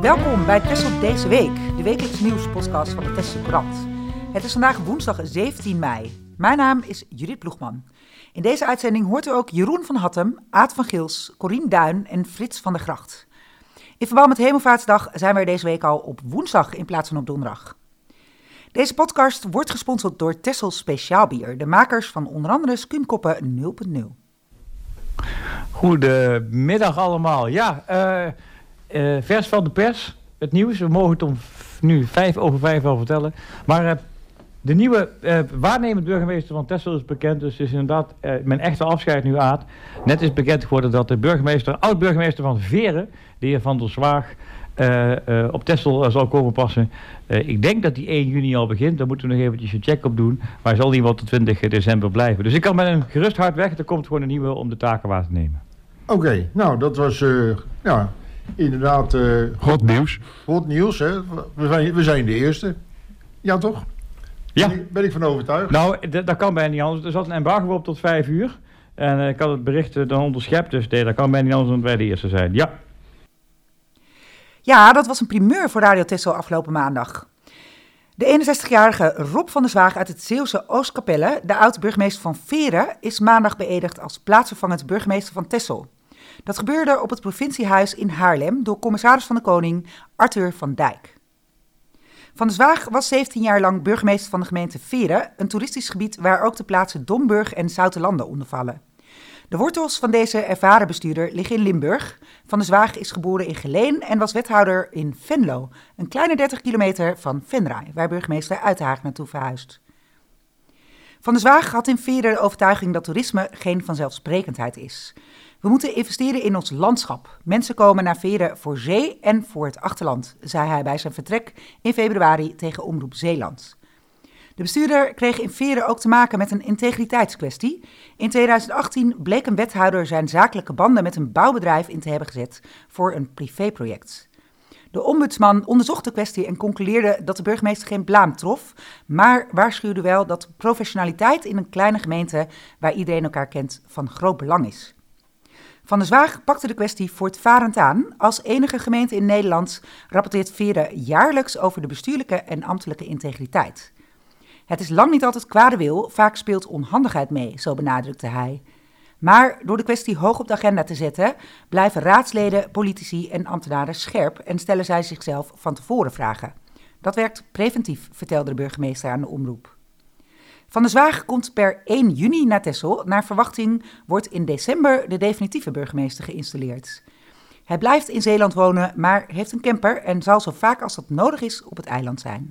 Welkom bij Texel Deze Week, de wekelijkse nieuwspodcast van de Texelse Courant. Het is vandaag woensdag 17 mei. Mijn naam is Judith Ploegman. In deze uitzending hoort u ook Jeroen van Hattem, Aad van Gils, Corien Duin en Frits van der Gracht. In verband met Hemelvaartsdag zijn we er deze week al op woensdag in plaats van op donderdag. Deze podcast wordt gesponsord door Texel Speciaal Bier, de makers van onder andere Skuumkoppen 0.0. Goedemiddag allemaal. Ja, vers van de pers, het nieuws. We mogen het om nu 5:05 al vertellen. Maar de nieuwe waarnemend burgemeester van Texel is bekend. Dus het is inderdaad mijn echte afscheid nu, Aad. Net is bekend geworden dat de oud-burgemeester van Veren, de heer Van der Zwaag, op Texel zal komen passen. Ik denk dat die 1 juni al begint. Daar moeten we nog eventjes een check op doen. Maar hij zal niet wel tot 20 december blijven. Dus ik kan met een gerust hart weg. Er komt gewoon een nieuwe om de taken waar te nemen. Oké, nou dat was inderdaad Goed nieuws. goed nieuws. Hè? We zijn de eerste. Ja, toch? Ja. Ben ik van overtuigd. Nou, dat kan bijna niet anders. Er zat een embargo op tot 5 uur. En ik had het bericht dan onderschept. Dus nee, dat kan bijna niet anders dan wij de eerste zijn. Ja. Ja, dat was een primeur voor Radio Texel afgelopen maandag. De 61-jarige Rob van der Zwaag uit het Zeeuwse Oostkapelle, de oud-burgemeester van Veren, is maandag beëdigd als plaatsvervangend burgemeester van Texel. Dat gebeurde op het provinciehuis in Haarlem door commissaris van de Koning Arthur van Dijk. Van der Zwaag was 17 jaar lang burgemeester van de gemeente Veren, een toeristisch gebied waar ook de plaatsen Domburg en Zoutelande onder vallen. De wortels van deze ervaren bestuurder liggen in Limburg. Van der Zwaag is geboren in Geleen en was wethouder in Venlo, een kleine 30 kilometer van Venray, waar burgemeester Uitenhaag naartoe verhuist. Van der Zwaag had in Veren de overtuiging dat toerisme geen vanzelfsprekendheid is. We moeten investeren in ons landschap. Mensen komen naar Veren voor zee en voor het achterland, zei hij bij zijn vertrek in februari tegen Omroep Zeeland. De bestuurder kreeg in Veren ook te maken met een integriteitskwestie. In 2018 bleek een wethouder zijn zakelijke banden met een bouwbedrijf in te hebben gezet voor een privéproject. De ombudsman onderzocht de kwestie en concludeerde dat de burgemeester geen blaam trof, maar waarschuwde wel dat professionaliteit in een kleine gemeente waar iedereen elkaar kent van groot belang is. Van der Zwaag pakte de kwestie voortvarend aan. Als enige gemeente in Nederland rapporteert Veren jaarlijks over de bestuurlijke en ambtelijke integriteit. Het is lang niet altijd kwade wil, vaak speelt onhandigheid mee, zo benadrukte hij. Maar door de kwestie hoog op de agenda te zetten, blijven raadsleden, politici en ambtenaren scherp en stellen zij zichzelf van tevoren vragen. Dat werkt preventief, vertelde de burgemeester aan de omroep. Van der Zwaag komt per 1 juni naar Texel. Naar verwachting wordt in december de definitieve burgemeester geïnstalleerd. Hij blijft in Zeeland wonen, maar heeft een camper en zal zo vaak als dat nodig is op het eiland zijn.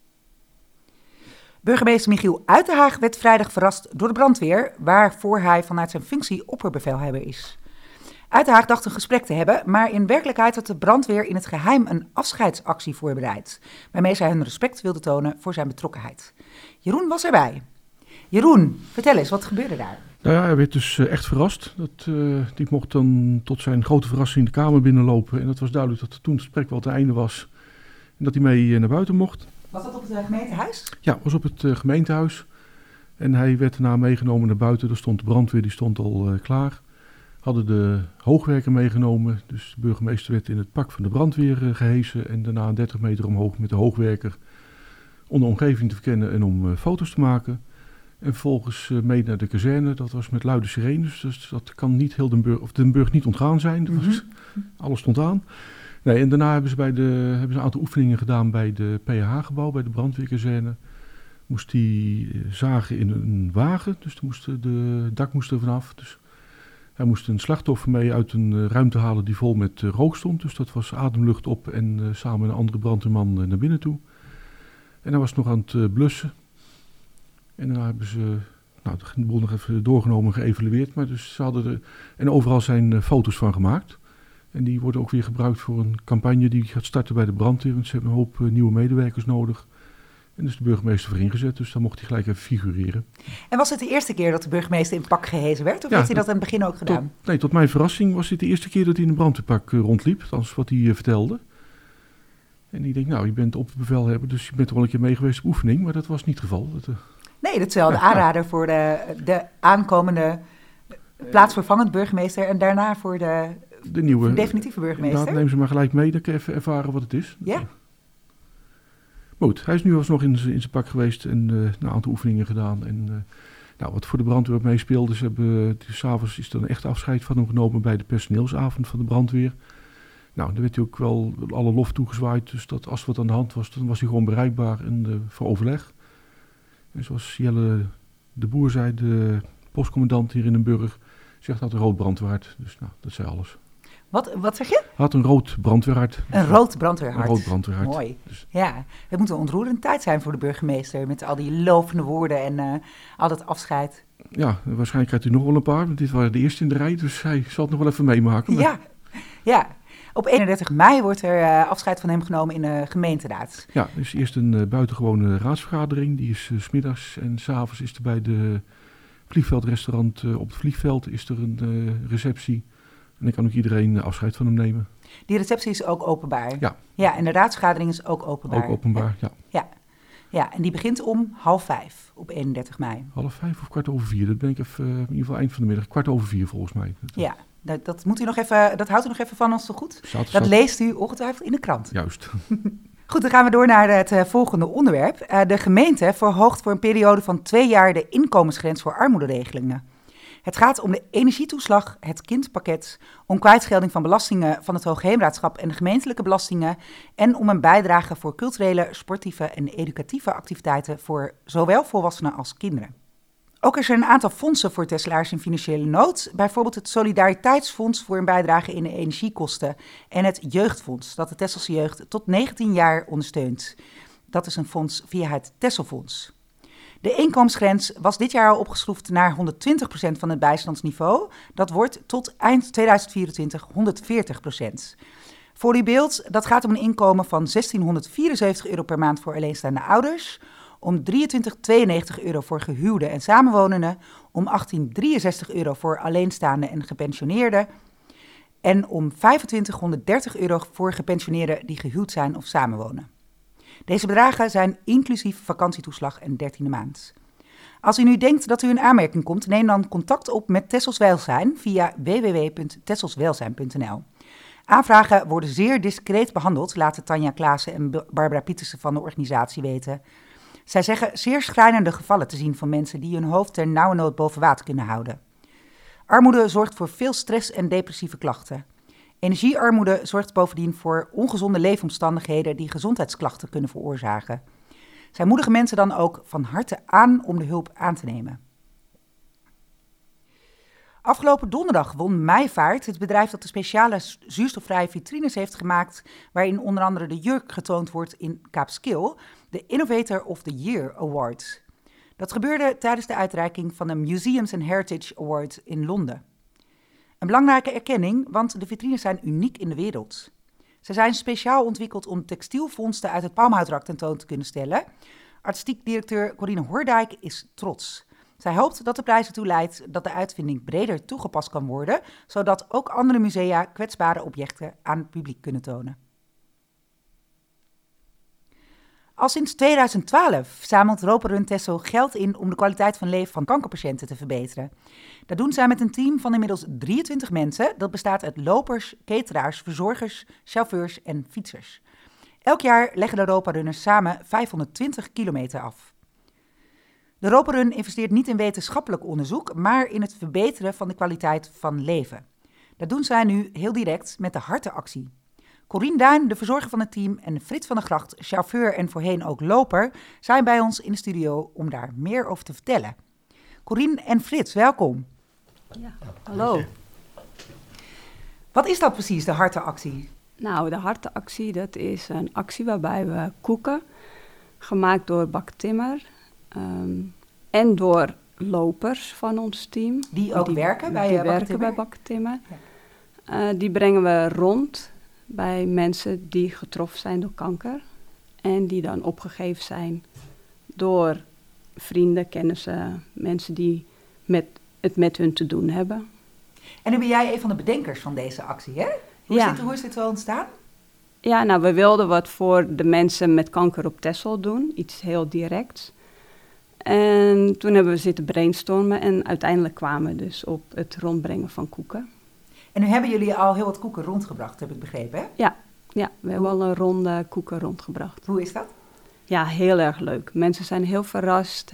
Burgemeester Michiel Uitenhaag werd vrijdag verrast door de brandweer, waarvoor hij vanuit zijn functie opperbevelhebber is. Uitenhaag dacht een gesprek te hebben, maar in werkelijkheid had de brandweer in het geheim een afscheidsactie voorbereid, waarmee zij hun respect wilden tonen voor zijn betrokkenheid. Jeroen was erbij. Jeroen, vertel eens, wat gebeurde daar? Nou ja, hij werd dus echt verrast. Die mocht dan tot zijn grote verrassing de kamer binnenlopen. En dat was duidelijk dat toen het gesprek wel te einde was en dat hij mee naar buiten mocht. Was dat op het gemeentehuis? Ja, was op het gemeentehuis. En hij werd daarna meegenomen naar buiten. Er stond de brandweer, die stond al klaar. Hadden de hoogwerker meegenomen. Dus de burgemeester werd in het pak van de brandweer gehesen. En daarna 30 meter omhoog met de hoogwerker om de omgeving te verkennen en om foto's te maken. En vervolgens mee naar de kazerne. Dat was met luide sirenes. Dus dat kan niet heel Den Burg niet ontgaan zijn. Alles stond aan. Nee, en daarna hebben ze een aantal oefeningen gedaan bij de PH-gebouw, bij de brandweerkazerne. Moest die zagen in een wagen, dus de dak moest er vanaf. Dus hij moest een slachtoffer mee uit een ruimte halen die vol met rook stond. Dus dat was ademlucht op en samen met een andere brandweerman naar binnen toe. En hij was nog aan het blussen. En daarna hebben ze de boel nog even doorgenomen en geëvalueerd. Maar dus ze hadden en overal zijn foto's van gemaakt. En die worden ook weer gebruikt voor een campagne die gaat starten bij de brandweer. Want ze hebben een hoop nieuwe medewerkers nodig. En dus de burgemeester voor ingezet, dus dan mocht hij gelijk even figureren. En was het de eerste keer dat de burgemeester in pak gehezen werd? Of heeft hij dat aan het begin ook gedaan? Tot mijn verrassing was dit de eerste keer dat hij in een brandweerpak rondliep. Althans wat hij vertelde. En ik denk, je bent opperbevelhebber, dus je bent er wel een keer mee geweest op oefening. Maar dat was niet het geval. Nee, dat is wel de aanrader voor de aankomende plaatsvervangend burgemeester en daarna voor de de nieuwe definitieve burgemeester. Inderdaad, neem ze maar gelijk mee, dan kan je even ervaren wat het is. Ja. Maar goed, hij is nu alsnog in zijn pak geweest en een aantal oefeningen gedaan. En wat voor de brandweer meespeelde, s'avonds is er een echt afscheid van hem genomen bij de personeelsavond van de brandweer. Nou, daar werd hij ook wel alle lof toegezwaaid, dus dat als wat aan de hand was, dan was hij gewoon bereikbaar en voor overleg. En zoals Jelle de Boer zei, de postcommandant hier in Den Burg, zegt dat een rood brandweerhart. Dus nou, dat zei alles. Wat zeg je? Had een rood brandweerhart. Een rood brandweerhart. Een rood brandweerhart. Mooi. Dus, ja, het moet een ontroerende tijd zijn voor de burgemeester met al die lovende woorden en al dat afscheid. ja, waarschijnlijk krijgt hij nog wel een paar, want dit waren de eerste in de rij, dus hij zal het nog wel even meemaken. Maar... Ja. Op 31 mei wordt er afscheid van hem genomen in de gemeenteraad. Ja, dus eerst een buitengewone raadsvergadering. Die is 's middags en 's avonds is er bij de vliegveldrestaurant op het vliegveld is er een receptie. En dan kan ook iedereen afscheid van hem nemen. Die receptie is ook openbaar? Ja. Ja, en de raadsvergadering is ook openbaar? Ook openbaar, ja. Ja, en die begint om 4:30 op 31 mei. 4:30 of 4:15, dat ben ik even, in ieder geval eind van de middag. 4:15 volgens mij. Ja. Dat moet u nog even, dat houdt u nog even van ons zo goed. Dat leest u ongetwijfeld in de krant. Juist. Goed, dan gaan we door naar het volgende onderwerp. De gemeente verhoogt voor een periode van 2 jaar de inkomensgrens voor armoederegelingen. Het gaat om de energietoeslag, het kindpakket, om kwijtschelding van belastingen van het Hoogheemraadschap en de gemeentelijke belastingen en om een bijdrage voor culturele, sportieve en educatieve activiteiten voor zowel volwassenen als kinderen. Ook er zijn een aantal fondsen voor Tesselaars in financiële nood. Bijvoorbeeld het Solidariteitsfonds voor een bijdrage in de energiekosten. En het Jeugdfonds, dat de Tesselse jeugd tot 19 jaar ondersteunt. Dat is een fonds via het Tesselfonds. De inkomensgrens was dit jaar al opgeschroefd naar 120% van het bijstandsniveau. Dat wordt tot eind 2024 140%. Voor uw beeld, dat gaat om een inkomen van €1674 per maand voor alleenstaande ouders, om €2392 voor gehuwden en samenwonenden, om €1863 voor alleenstaanden en gepensioneerden en om €2530 voor gepensioneerden die gehuwd zijn of samenwonen. Deze bedragen zijn inclusief vakantietoeslag en 13e maand. Als u nu denkt dat u in aanmerking komt, neem dan contact op met Tessels Welzijn via www.tesselswelzijn.nl. Aanvragen worden zeer discreet behandeld, laten Tanja Klaassen en Barbara Pietersen van de organisatie weten. Zij zeggen zeer schrijnende gevallen te zien van mensen die hun hoofd ter nauwernood boven water kunnen houden. Armoede zorgt voor veel stress en depressieve klachten. Energiearmoede zorgt bovendien voor ongezonde leefomstandigheden die gezondheidsklachten kunnen veroorzaken. Zij moedigen mensen dan ook van harte aan om de hulp aan te nemen. Afgelopen donderdag won Meijvaart, het bedrijf dat de speciale zuurstofvrije vitrines heeft gemaakt, waarin onder andere de jurk getoond wordt in Kaapskil, de Innovator of the Year Award. Dat gebeurde tijdens de uitreiking van de Museums and Heritage Award in Londen. Een belangrijke erkenning, want de vitrines zijn uniek in de wereld. Ze zijn speciaal ontwikkeld om textielvondsten uit het palmhoutrak tentoon te kunnen stellen. Artistiek directeur Corine Hordijk is trots. Zij hoopt dat de prijs ertoe leidt dat de uitvinding breder toegepast kan worden, zodat ook andere musea kwetsbare objecten aan het publiek kunnen tonen. Al sinds 2012 zamelt Roperun Texel geld in om de kwaliteit van leven van kankerpatiënten te verbeteren. Dat doen zij met een team van inmiddels 23 mensen. Dat bestaat uit lopers, cateraars, verzorgers, chauffeurs en fietsers. Elk jaar leggen de Roparunners samen 520 kilometer af. De Roperun investeert niet in wetenschappelijk onderzoek, maar in het verbeteren van de kwaliteit van leven. Dat doen zij nu heel direct met de hartenactie. Corien Duin, de verzorger van het team, en Frits van der Gracht, chauffeur en voorheen ook loper, zijn bij ons in de studio om daar meer over te vertellen. Corien en Frits, welkom. Ja, hallo. Wat is dat precies, de hartenactie? Nou, de hartenactie, dat is een actie waarbij we koeken, gemaakt door Bak Timmer, en door lopers van ons team. Die ook werken bij Bak Timmer. Ja. Die brengen we rond bij mensen die getroffen zijn door kanker. En die dan opgegeven zijn door vrienden, kennissen, mensen die het met hun te doen hebben. En nu ben jij een van de bedenkers van deze actie, hè? Hoe is dit zo ontstaan? Ja, nou, we wilden wat voor de mensen met kanker op Texel doen. Iets heel directs. En toen hebben we zitten brainstormen en uiteindelijk kwamen we dus op het rondbrengen van koeken. En nu hebben jullie al heel wat koeken rondgebracht, heb ik begrepen, hè? Ja, we hebben al een ronde koeken rondgebracht. Hoe is dat? Ja, heel erg leuk. Mensen zijn heel verrast,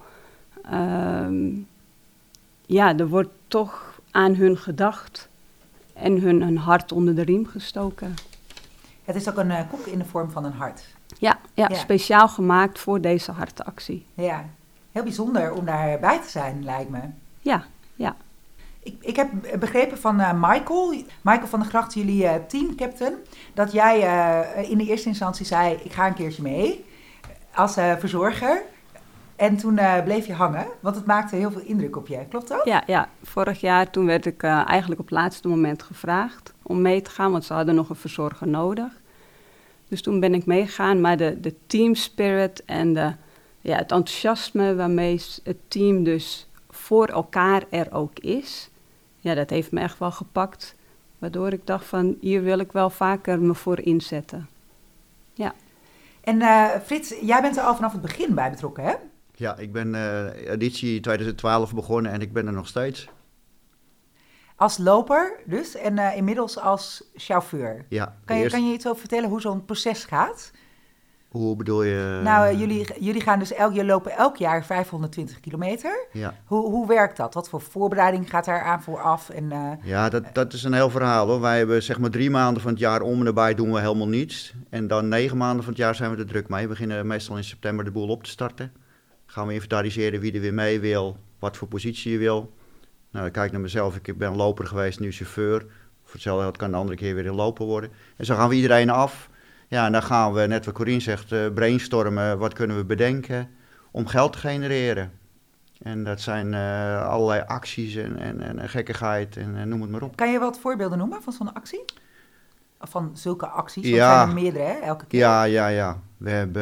er wordt toch aan hun gedacht en hun hart onder de riem gestoken. Het is ook een koek in de vorm van een hart. Ja, speciaal gemaakt voor deze hartenactie. Ja, heel bijzonder om daarbij te zijn, lijkt me. Ja. Ik heb begrepen van Michael van der Gracht, jullie teamcaptain, dat jij in de eerste instantie zei, ik ga een keertje mee als verzorger. En toen bleef je hangen, want het maakte heel veel indruk op je. Klopt dat? Ja. Vorig jaar toen werd ik eigenlijk op het laatste moment gevraagd om mee te gaan, want ze hadden nog een verzorger nodig. Dus toen ben ik meegegaan, maar de team spirit en het enthousiasme waarmee het team dus voor elkaar er ook is, ja, dat heeft me echt wel gepakt. Waardoor ik dacht van, hier wil ik wel vaker me voor inzetten. Ja. En Frits, jij bent er al vanaf het begin bij betrokken, hè? Ja, ik ben editie 2012 begonnen en ik ben er nog steeds. Als loper dus en inmiddels als chauffeur. Ja, Kan je iets over vertellen hoe zo'n proces gaat? Hoe bedoel je? Nou, jullie gaan dus jullie lopen elk jaar 520 kilometer. Ja. Hoe werkt dat? Wat voor voorbereiding gaat daar aan vooraf? Ja, dat is een heel verhaal hoor. Wij hebben zeg maar 3 maanden van het jaar om en erbij doen we helemaal niets. En dan 9 maanden van het jaar zijn we er druk mee. We beginnen meestal in september de boel op te starten. Gaan we inventariseren wie er weer mee wil, wat voor positie je wil. Nou, dan kijk ik naar mezelf. Ik ben loper geweest, nu chauffeur. Voor hetzelfde geld kan de andere keer weer een loper worden. En zo gaan we iedereen af. Ja, en dan gaan we, net wat Corien zegt, brainstormen. Wat kunnen we bedenken om geld te genereren? En dat zijn allerlei acties en gekkigheid en noem het maar op. Kan je wat voorbeelden noemen van zo'n actie? Of van zulke acties? Want Ja. er zijn er meerdere, hè, elke keer. Ja. We hebben...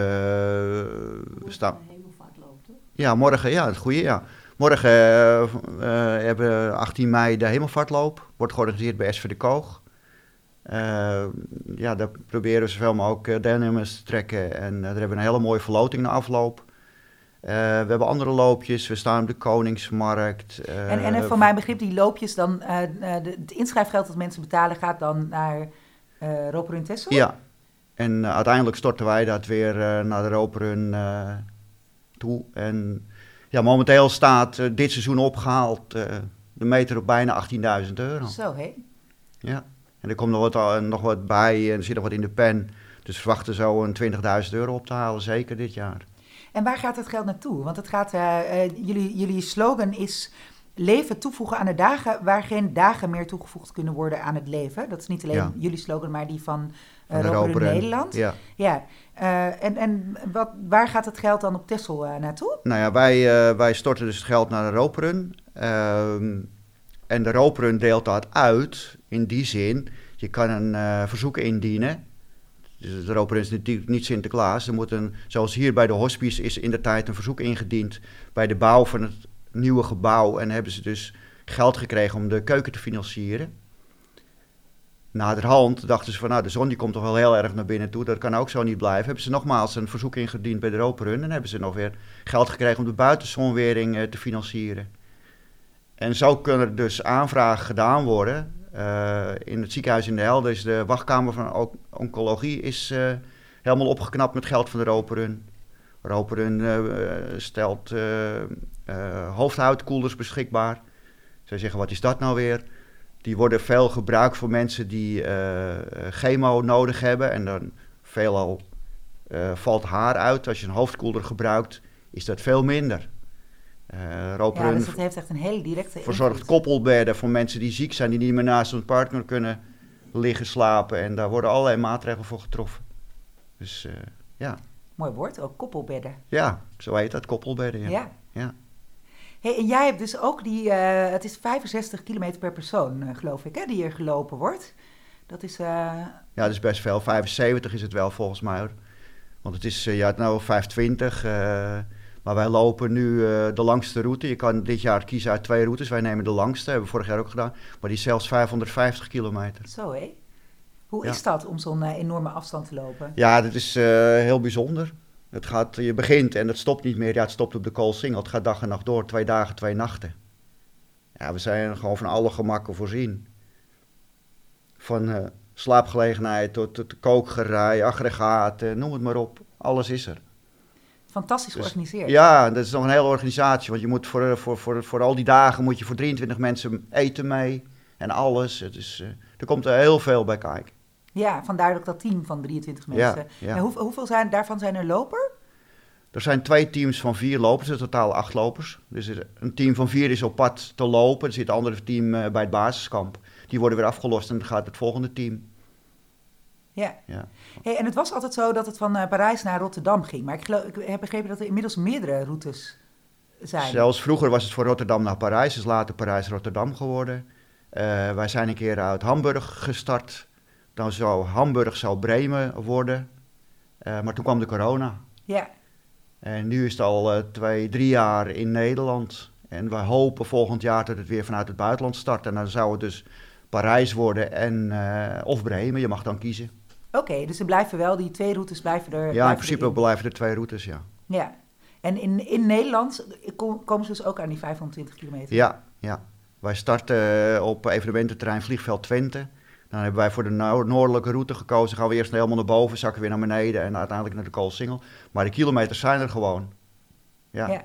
Ja, morgen, ja, het goede, ja. Morgen hebben we 18 mei de Hemelvaartloop. Wordt georganiseerd bij SV de Koog. Daar proberen we zoveel mogelijk deelnemers te trekken. En daar hebben we een hele mooie verloting na afloop. We hebben andere loopjes. We staan op de Koningsmarkt. En voor mijn begrip, die loopjes dan... het inschrijfgeld dat mensen betalen gaat dan naar Roperun Texel? Ja. En uiteindelijk storten wij dat weer naar de Roperun toe. En ja, momenteel staat dit seizoen opgehaald de meter op bijna €18.000. Zo, hé. Ja. En er komt nog wat bij en er zit nog wat in de pen. Dus we verwachten zo een €20.000 op te halen, zeker dit jaar. En waar gaat het geld naartoe? Want het gaat, jullie slogan is leven toevoegen aan de dagen waar geen dagen meer toegevoegd kunnen worden aan het leven. Dat is niet alleen jullie slogan, maar die van Roperun Nederland. Ja. Waar gaat het geld dan op Texel naartoe? Nou ja, wij storten dus het geld naar de Roperun. En de Roperun deelt dat uit in die zin. Je kan een verzoek indienen. Dus de Roperun is natuurlijk niet Sinterklaas. Er moet zoals hier bij de hospice is indertijd een verzoek ingediend bij de bouw van het nieuwe gebouw. En hebben ze dus geld gekregen om de keuken te financieren. Naderhand dachten ze van, nou, de zon die komt toch wel heel erg naar binnen toe. Dat kan ook zo niet blijven. Hebben ze nogmaals een verzoek ingediend bij de Roperun. En hebben ze nog weer geld gekregen om de buitenzonwering te financieren. En zo kunnen er dus aanvragen gedaan worden. In het ziekenhuis in de Helder is de wachtkamer van oncologie is helemaal opgeknapt met geld van de Roperun. Roperun stelt hoofdhuidkoelers beschikbaar. Zij zeggen, wat is dat nou weer? Die worden veel gebruikt voor mensen die chemo nodig hebben. En dan veelal valt haar uit. Als je een hoofdkoeler gebruikt, is dat veel minder. Roperun dus dat heeft echt een hele directe verzorgt invloed. koppelbedden voor mensen die ziek zijn, die niet meer naast hun partner kunnen liggen slapen. En daar worden allerlei maatregelen voor getroffen. Dus ja. Mooi woord, ook koppelbedden. Ja, zo heet dat, koppelbedden. Ja. Hey, en jij hebt dus ook het is 65 kilometer per persoon, geloof ik, hè, die er gelopen wordt. Dat is... Ja, dat is best veel. 75 is het wel volgens mij hoor. Want het is, nou 520. Maar wij lopen nu de langste route. Je kan dit jaar kiezen uit 2 routes. Wij nemen de langste, hebben we vorig jaar ook gedaan. Maar die is zelfs 550 kilometer. Zo hé. Hoe is dat om zo'n enorme afstand te lopen? Ja, dat is heel bijzonder. Je begint en het stopt niet meer. Ja, het stopt op de Koolsingel. Het gaat dag en nacht door. 2 dagen, 2 nachten. Ja, we zijn gewoon van alle gemakken voorzien. Van slaapgelegenheid tot kookgerei, aggregaten, noem het maar op. Alles is er. Fantastisch Dus, georganiseerd. ja, dat is nog een hele organisatie. Want je moet voor al die dagen moet je voor 23 mensen eten mee. En alles. Er komt er heel veel bij kijken. Ja, vandaar ook dat team van 23 mensen. Ja. En hoeveel daarvan zijn er loper? Er zijn 2 teams van 4 lopers, in totaal 8 lopers. Dus een team van 4 is op pad te lopen. Er zit een ander team bij het basiskamp. Die worden weer afgelost en dan gaat het volgende team. Ja. Ja. Hey, en het was altijd zo dat het van Parijs naar Rotterdam ging. Maar ik heb begrepen dat er inmiddels meerdere routes zijn. Zelfs vroeger was het voor Rotterdam naar Parijs. Het is later Parijs-Rotterdam geworden. Wij zijn een keer uit Hamburg gestart. Dan zou Hamburg Bremen worden. Maar toen kwam de corona. Ja. En nu is het al 2-3 jaar in Nederland. En we hopen volgend jaar dat het weer vanuit het buitenland start. En dan zou het dus Parijs worden of Bremen. Je mag dan kiezen. Oké, dus er blijven wel, die 2 routes blijven er. Ja, in principe blijven er 2 routes, ja. Ja. En in Nederland komen ze dus ook aan die 520 kilometer? Ja. Wij starten op evenemententerrein Vliegveld Twente. Dan hebben wij voor de noordelijke route gekozen. Gaan we eerst helemaal naar boven, zakken weer naar beneden en uiteindelijk naar de Koolsingel. Maar de kilometers zijn er gewoon. Ja.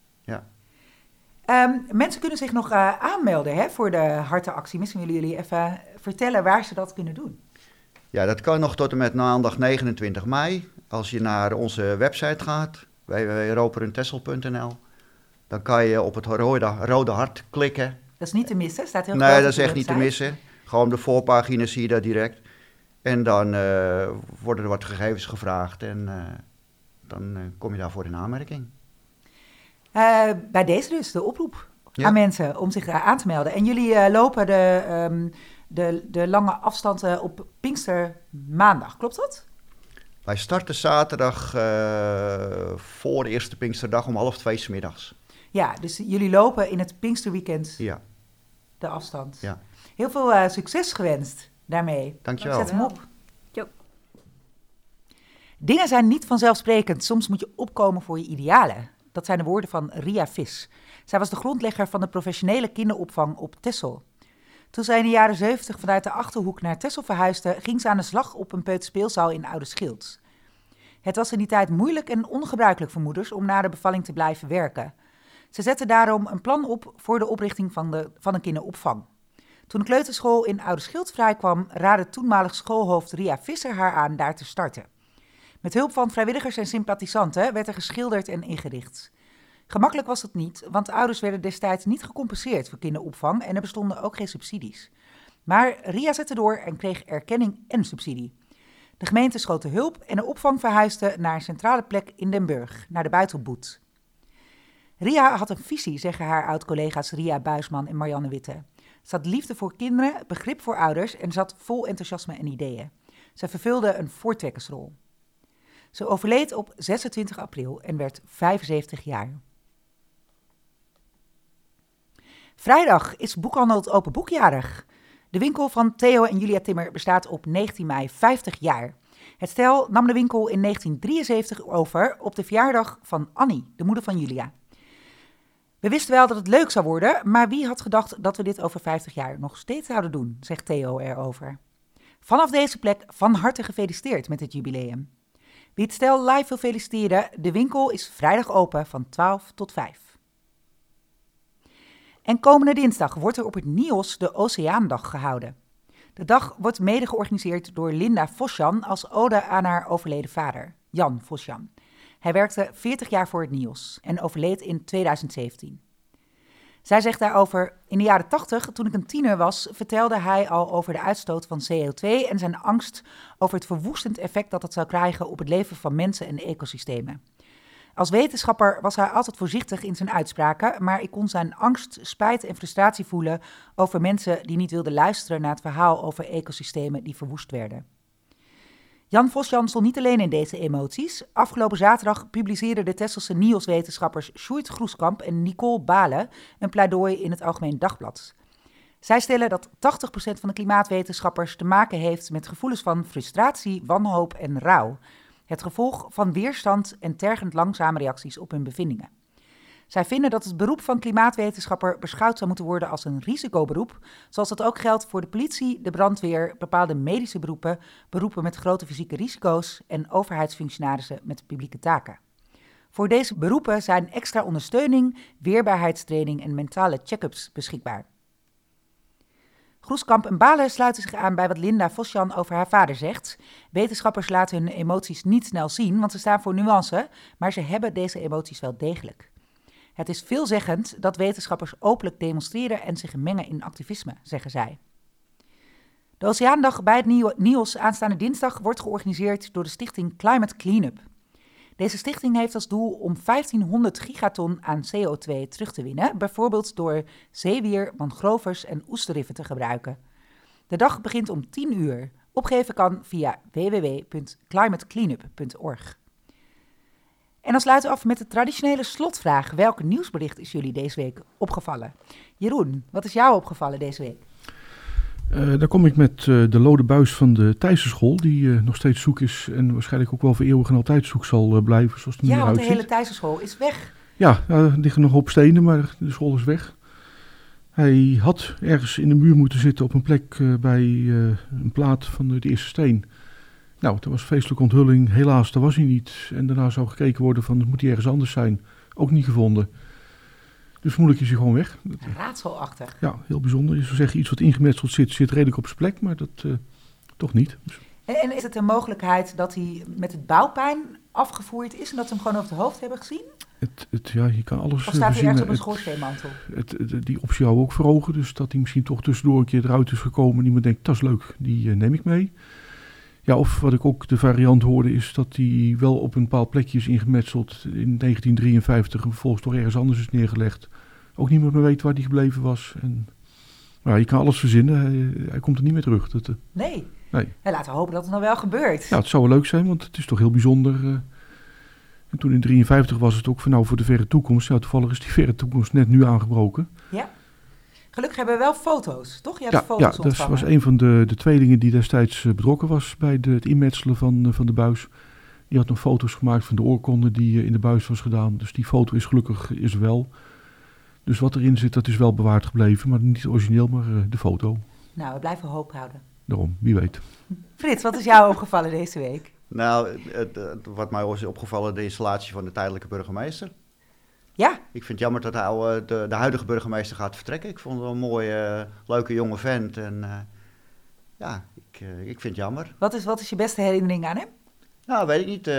Mensen kunnen zich nog aanmelden voor de hartenactie. Misschien willen jullie even vertellen waar ze dat kunnen doen. Ja, dat kan nog tot en met maandag 29 mei. Als je naar onze website gaat, www.roperuntessel.nl, dan kan je op het rode hart klikken. Dat is niet te missen, staat heel Nee, groot dat op is de echt niet te website. missen. Gewoon op de voorpagina zie je dat direct. En dan worden er wat gegevens gevraagd en dan kom je daarvoor in aanmerking. Bij deze dus, de oproep Ja. aan mensen om zich aan te melden. En jullie lopen de lange afstand op Pinkstermaandag, klopt dat? Wij starten zaterdag voor de eerste Pinksterdag om 1:30 's middags. Ja, dus jullie lopen in het Pinksterweekend Ja, de afstand. ja. Heel veel succes gewenst daarmee. Dankjewel. Zet hem op. Jo. Dingen zijn niet vanzelfsprekend. Soms moet je opkomen voor je idealen. Dat zijn de woorden van Ria Vis. Zij was de grondlegger van de professionele kinderopvang op Texel. Toen zij in de jaren 70 vanuit de Achterhoek naar Texel verhuisde, ging ze aan de slag op een peuterspeelzaal in Oudeschip. Het was in die tijd moeilijk en ongebruikelijk voor moeders om na de bevalling te blijven werken. Ze zette daarom een plan op voor de oprichting van een kinderopvang. Toen de kleuterschool in Oudeschip vrijkwam, raadde toenmalig schoolhoofd Ria Visser haar aan daar te starten. Met hulp van vrijwilligers en sympathisanten werd er geschilderd en ingericht. Gemakkelijk was het niet, want ouders werden destijds niet gecompenseerd voor kinderopvang en er bestonden ook geen subsidies. Maar Ria zette door en kreeg erkenning en subsidie. De gemeente schoot de hulp en de opvang verhuisde naar een centrale plek in Den Burg, naar de Buitelboet. Ria had een visie, zeggen haar oud-collega's Ria Buisman en Marianne Witte. Ze had liefde voor kinderen, begrip voor ouders en zat vol enthousiasme en ideeën. Ze vervulde een voortrekkersrol. Ze overleed op 26 april en werd 75 jaar. Vrijdag is Boekhandel Het Open Boekjarig. De winkel van Theo en Julia Timmer bestaat op 19 mei 50 jaar. Het stel nam de winkel in 1973 over op de verjaardag van Annie, de moeder van Julia. We wisten wel dat het leuk zou worden, maar wie had gedacht dat we dit over 50 jaar nog steeds zouden doen, zegt Theo erover. Vanaf deze plek van harte gefeliciteerd met het jubileum. Wie het stel live wil feliciteren, de winkel is vrijdag open van 12 tot 5. En komende dinsdag wordt er op het NIOS de Oceaandag gehouden. De dag wordt mede georganiseerd door Linda Vosjan als ode aan haar overleden vader, Jan Vosjan. Hij werkte 40 jaar voor het NIOS en overleed in 2017. Zij zegt daarover: in de jaren 80, toen ik een tiener was, vertelde hij al over de uitstoot van CO2 en zijn angst over het verwoestend effect dat het zou krijgen op het leven van mensen en ecosystemen. Als wetenschapper was hij altijd voorzichtig in zijn uitspraken, maar ik kon zijn angst, spijt en frustratie voelen over mensen die niet wilden luisteren naar het verhaal over ecosystemen die verwoest werden. Jan Vosjan stond niet alleen in deze emoties. Afgelopen zaterdag publiceerden de Tesselse NIOS-wetenschappers Sjoerd Groeskamp en Nicole Balen een pleidooi in het Algemeen Dagblad. Zij stellen dat 80% van de klimaatwetenschappers te maken heeft met gevoelens van frustratie, wanhoop en rouw. Het gevolg van weerstand en tergend langzame reacties op hun bevindingen. Zij vinden dat het beroep van klimaatwetenschapper beschouwd zou moeten worden als een risicoberoep, zoals dat ook geldt voor de politie, de brandweer, bepaalde medische beroepen, beroepen met grote fysieke risico's en overheidsfunctionarissen met publieke taken. Voor deze beroepen zijn extra ondersteuning, weerbaarheidstraining en mentale check-ups beschikbaar. Groeskamp en Balen sluiten zich aan bij wat Linda Vosjan over haar vader zegt. Wetenschappers laten hun emoties niet snel zien, want ze staan voor nuance, maar ze hebben deze emoties wel degelijk. Het is veelzeggend dat wetenschappers openlijk demonstreren en zich mengen in activisme, zeggen zij. De Oceaandag bij het NIOS aanstaande dinsdag wordt georganiseerd door de stichting Climate Cleanup. Deze stichting heeft als doel om 1500 gigaton aan CO2 terug te winnen, bijvoorbeeld door zeewier, mangrovers en oesterriffen te gebruiken. De dag begint om 10 uur. Opgeven kan via www.climatecleanup.org. En dan sluiten we af met de traditionele slotvraag. Welk nieuwsbericht is jullie deze week opgevallen? Jeroen, wat is jou opgevallen deze week? Daar kom ik met de lode buis van de Thijssenschool, die nog steeds zoek is en waarschijnlijk ook wel voor eeuwig en altijd zoek zal blijven, zoals het er nu want uitziet. de hele Thijssenschool is weg. Ja, er liggen nog op stenen, maar de school is weg. Hij had ergens in de muur moeten zitten op een plek bij een plaat van de eerste steen. Nou, er was feestelijke onthulling. Helaas, daar was hij niet. En daarna zou gekeken worden van, moet hij ergens anders zijn? Ook niet gevonden. Dus moeilijk is hij gewoon weg. Raadselachtig. Ja, heel bijzonder. Je zou zeggen, iets wat ingemetseld zit redelijk op zijn plek, maar dat toch niet. Dus. En is het een mogelijkheid dat hij met het bouwpijn afgevoerd is en dat ze hem gewoon over het hoofd hebben gezien? Ja, je kan alles of staat hij ergens op een verzinnen. schoorsteenmantel? Die optie hou ook voor ogen. Dus dat hij misschien toch tussendoor een keer eruit is gekomen en iemand denkt, dat is leuk, die neem ik mee. Ja, of wat ik ook de variant hoorde is dat hij wel op een bepaald plekje is ingemetseld in 1953 en vervolgens toch ergens anders is neergelegd. Ook niemand meer weet waar hij gebleven was. En, je kan alles verzinnen, hij komt er niet meer terug. Nee. Nee. En laten we hopen dat het nou wel gebeurt. Ja, het zou wel leuk zijn, want het is toch heel bijzonder. En toen in 1953 was het ook van voor de verre toekomst. Ja, toevallig is die verre toekomst net nu aangebroken. Ja. Gelukkig hebben we wel foto's, toch? Je hebt foto's ontvangen. Dat was een van de tweelingen die destijds betrokken was bij het inmetselen van de buis. Die had nog foto's gemaakt van de oorkonde die in de buis was gedaan. Dus die foto is gelukkig wel. Dus wat erin zit, dat is wel bewaard gebleven. Maar niet origineel, maar de foto. Nou, we blijven hoop houden. Daarom, wie weet. Frits, wat is jou opgevallen deze week? Nou, wat mij is opgevallen, de installatie van de tijdelijke burgemeester. Ja. Ik vind het jammer dat de huidige burgemeester gaat vertrekken. Ik vond het wel een mooie, leuke jonge vent. En ik vind het jammer. Wat is je beste herinnering aan hem? Nou, weet ik niet.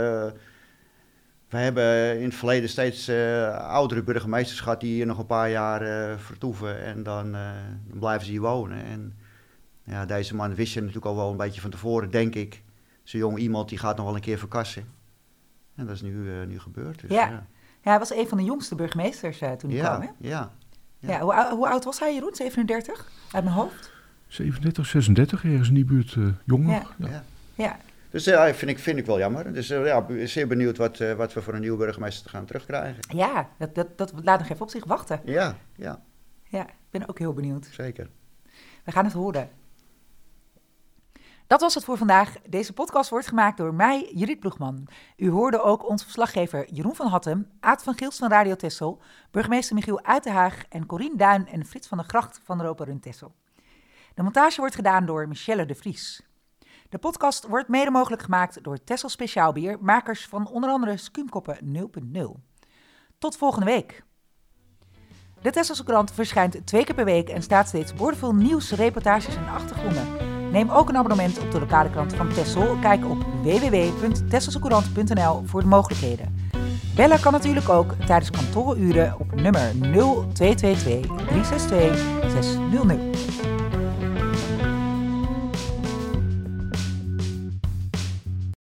We hebben in het verleden steeds oudere burgemeesters gehad die hier nog een paar jaar vertoeven. En dan blijven ze hier wonen. En ja, deze man wist je natuurlijk al wel een beetje van tevoren, denk ik. Zo'n jong iemand die gaat nog wel een keer verkassen. En dat is nu gebeurd. Dus, ja, hij was een van de jongste burgemeesters toen hij kwam, hè? Ja. Hoe oud was hij, Jeroen? 37? Uit mijn hoofd? 37, 36, ergens in die buurt jong nog. Ja. Dus vind ik wel jammer. Dus zeer benieuwd wat we voor een nieuwe burgemeester gaan terugkrijgen. Ja, dat laat nog even op zich wachten. Ja. Ja, ik ben ook heel benieuwd. Zeker. We gaan het horen. Dat was het voor vandaag. Deze podcast wordt gemaakt door mij, Judith Ploegman. U hoorde ook ons verslaggever Jeroen van Hattem, Aad van Gils van Radio Texel, burgemeester Michiel Uitenhaag en Corien Duin en Frits van der Gracht van Europa Rund Texel. De montage wordt gedaan door Michelle de Vries. De podcast wordt mede mogelijk gemaakt door Texel Speciaalbier, makers van onder andere Skuumkoppen 0.0. Tot volgende week. De Texelse Courant verschijnt 2 keer per week en staat steeds boordevol nieuws, reportages en achtergronden. Neem ook een abonnement op de lokale krant van Texel. Kijk op www.texelsecourant.nl voor de mogelijkheden. Bellen kan natuurlijk ook tijdens kantooruren op nummer 0222 362 600.